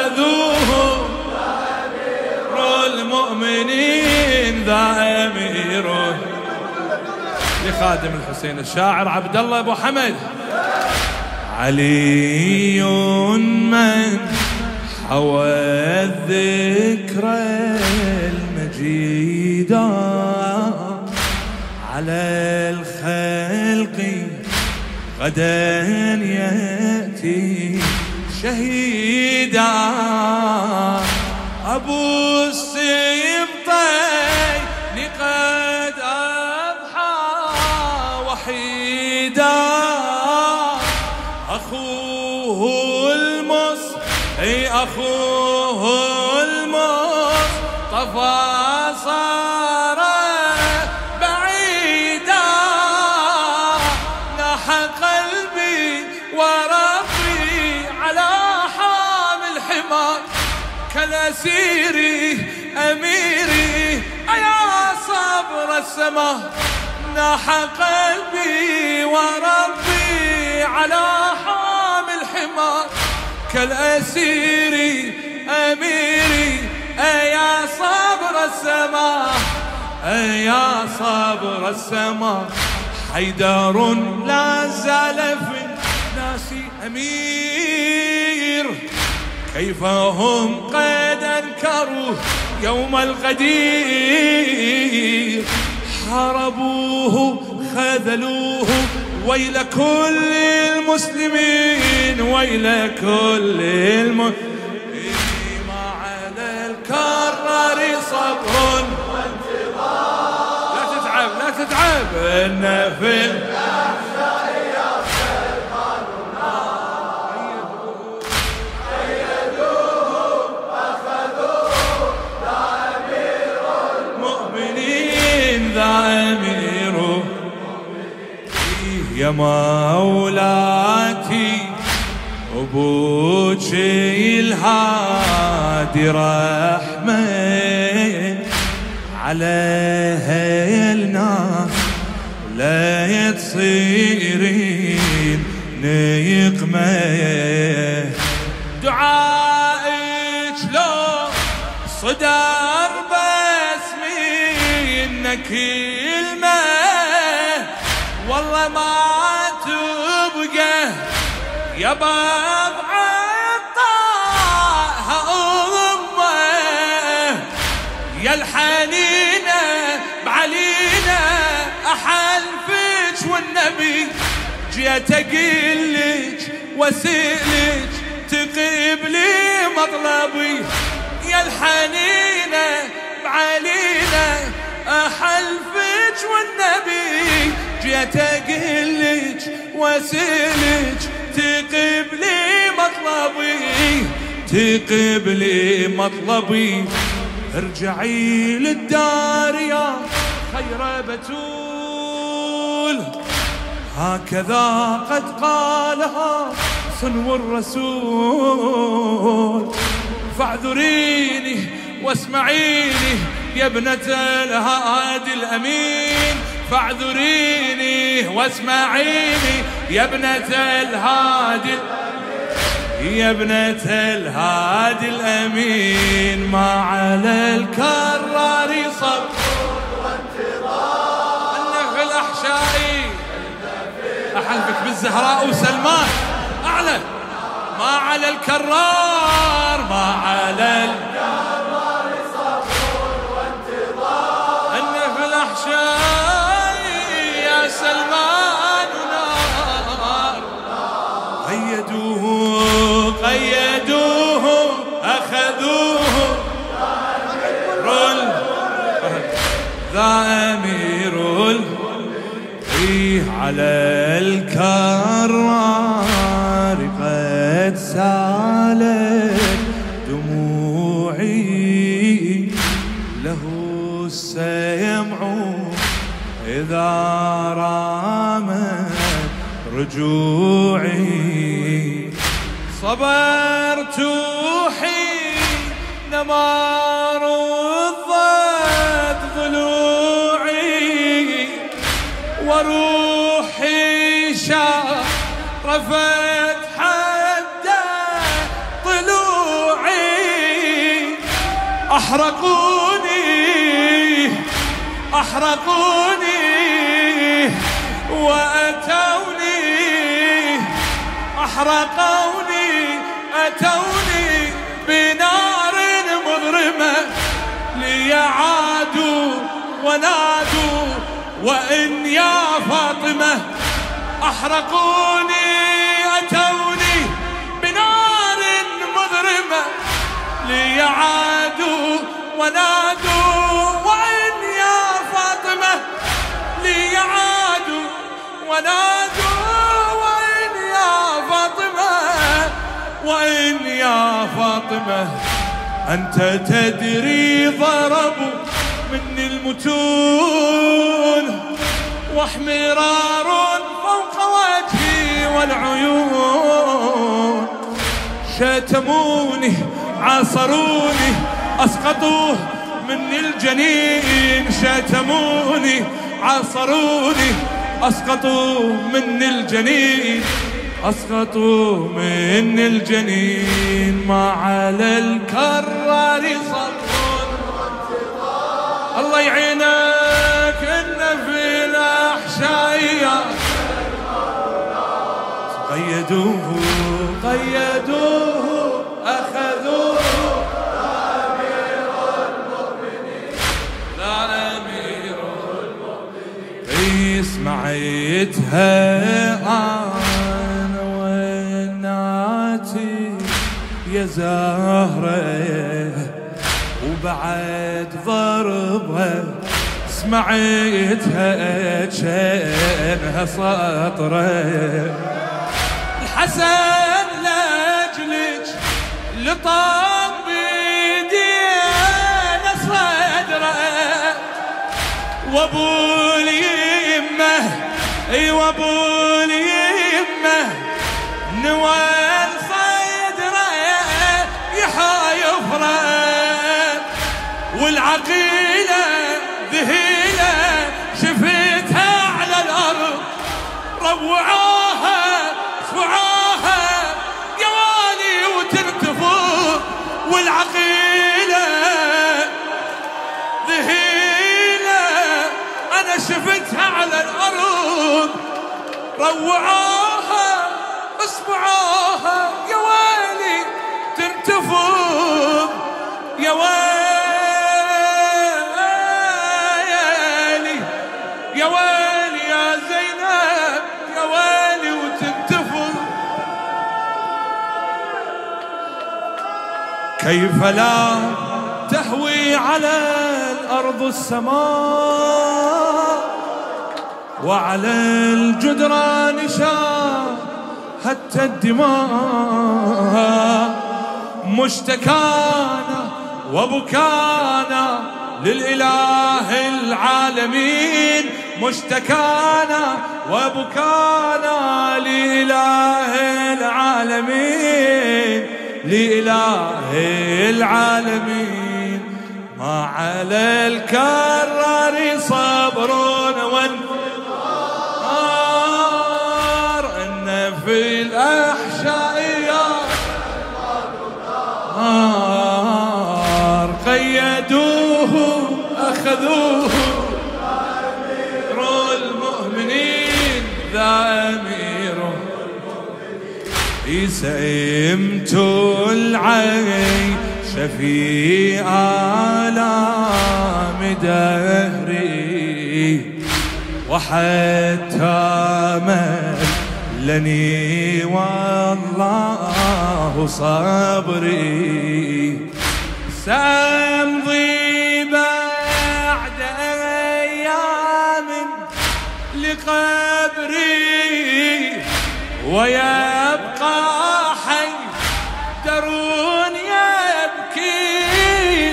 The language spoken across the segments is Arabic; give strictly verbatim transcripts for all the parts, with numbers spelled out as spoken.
أخذوه المؤمنين ذا أميره. لخادم الحسين الشاعر عبد الله أبو حمد. علي من حوى الذكرى المجيدة على الخلق غدا يأتي شهيدا. أبو السبطين قد أضحى وحيدا. أخوه المص أي أخوه المصطفى صار بعيدا. ناح قلبي وربي على حامل حمار كالأسيري أميري أيا صبر السماء. ناح قلبي وربي على حامل حمار كالأسيري أميري أيا صبر السماء أيا صبر السماء. حيدر لا زال في الناس أمير كيف هم قد أنكروا يوم القدير. حاربوه خذلوه ويل كل المسلمين ويل كل المسلمين. ما على الكرار صبر وانتظار. لا تتعب لا تتعب النفل أميره. يا مولاتي أبوك الهادي رحمة عليها الناس لا تصيرين نقمة. دعائك لو صدر كلمة والله ما تبقى يا باب عطاها أمه. يا الحنينة بعلينا أحلفك والنبي جيت أقلك واسألك تقبلي مطلبي. يا الحنينة بعلينا أحلفك والنبي جيت أقلك واسألك تقبلي مطلبي تقبلي مطلبي. ارجعي للدار يا خير بتول هكذا قد قالها صنو الرسول. فاعذريني واسمعيني يا ابنة الهادي الأمين. فاعذريني واسمعيني يا ابنة الهادي يا ابنة الهادي الأمين. ما على الكرار صبر وانتظار. النخل أحشائي أحلفك بالزهراء وسلمان أعلى. ما على الكرار ما على الكرار صبر وانتظار. النخل أحشائي يا سلمان نار. قيدوه قيدوه أخذوه رل ذا أمير إيه على الكرار قد سالت دموعي له السمع إذا رامت رجوعي. صبرت حين ما رضت ضلوعي وروحي شرفت حتى طلوعي. أحرقوني أحرقوني وأتوني أحرقوني أتوني بنار مظلمة ليعادوا ونادوا وإن يا فاطمة أحرقوني أتوني بنار مظلمة ليعادوا ونادوا وإن يا فاطمة ليعادوا ونادوا وإن يا فاطمة وإن يا فاطمة أنت تدري ضربوا مني المتون واحمرار فوق وجهي والعيون شتموني عاصروني أسقطوه مني الجنين شتموني عاصروني أسقطوه مني الجنين أسقطوا من الجنين ما على الكرار صبر الله يعينك إن في الأحشاء قيدوه قيدوه أخذوه أمير المؤمنين لا أمير المؤمنين اسمعيتها يا زهرة وبعد ضربها سمعتها كأنها سطرة الحسن لأجلك لطم بيدينا صدره وابو اليمه اي وابو اليمه نوال والعقيلة ذهيلة شفتها على الأرض روعوها صفعوها يا والي وترتفض والعقيلة ذهيلة أنا شفتها على الأرض روعوها اصفعوها يا والي ترتفض يا والي يا ويلي يا زينب يا ويلي وتنتفض كيف لا تهوي على الأرض السماء وعلى الجدران شاهدت الدماء مشتكانا وبكانا للإله العالمين مشتكانا وبكانا لإله العالمين لإله العالمين ما على الكرار صبر وانفطار إن في الأحشاء نار قيدوه أخذوه أمير المؤمنين ذا أمير المؤمنين سئمت العين شفي آلام دهري وحتى ملني والله صبري سأمضي بعد أيام لقبري ويبقى حي درون يبكي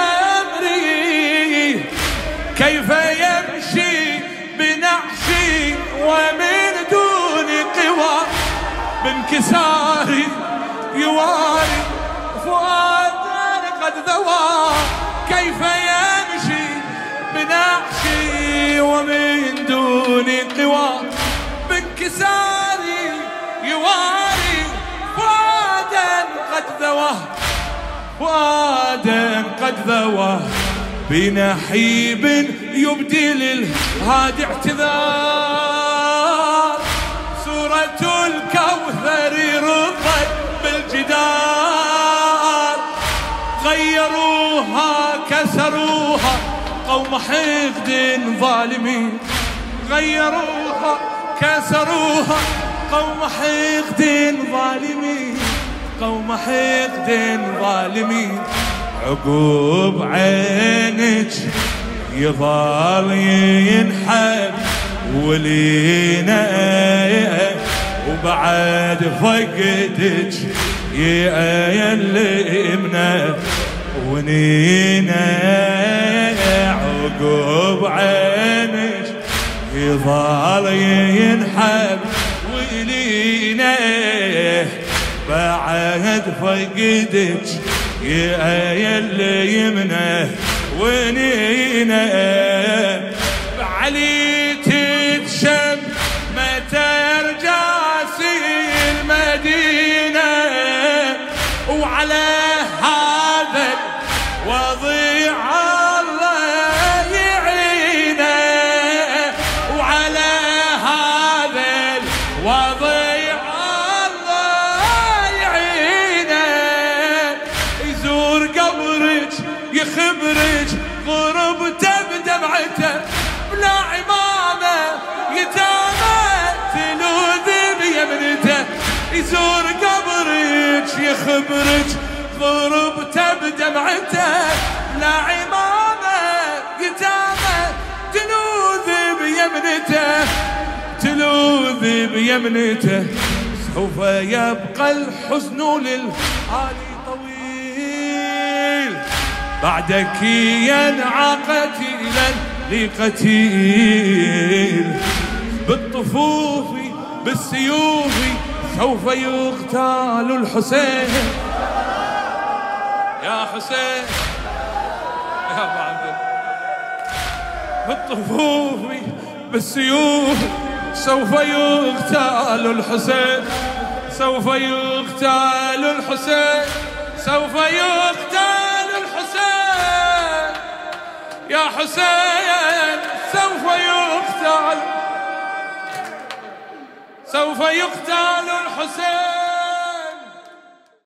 لأمري كيف يمشي بنعشي ومن دون قوى بانكساري يواري فؤادا قد ذوى كيف يمشي بنعشي ومن دون قوى بانكساري يواري فؤادا قد ذوى فؤادا قد ذوى بنحيب يبدي للهادي اعتذار. سورة الكوثر رضت بالجدار، غيروها كسروها قوم حقد ظالمين. غيروها كسروها قوم حقد ظالمين، قوم حقد ظالمين. عقوب عينك يظل ينحب ولينا، وبعد فقدك يا اليمنى ونينا. عقوب عينك يظل ينحب ولينا، بعد فقدك يا اليمنى ونينا. علي تتشم متى يرجع المدينة، وعلى هذا الوضيع الله يعينه، وعلى هذا الوضيع الله يعينه. يزور قبرك يخبرك غربته بدمعته، بلا عمامة يتامى تلوذ بيمنته. يزور قبرك يخبرك غربته بدمعته، بلا عمامة يتامى تلوذ بيمنته، تلوذ بيمنته. سوف يبقى الحزن للعالي طويل، بعدك ينعى قتيلا لقتيل. بالطفوف بالسيوف سوف يقتال الحسين. يا حسين يا ابو عبد الله. بالطفوف بالسيوف سوف يقتال الحسين، سوف يقتال الحسين، سوف يقتال الحسين. يا حسين سوف يقتل، سوف يقتل الحسين.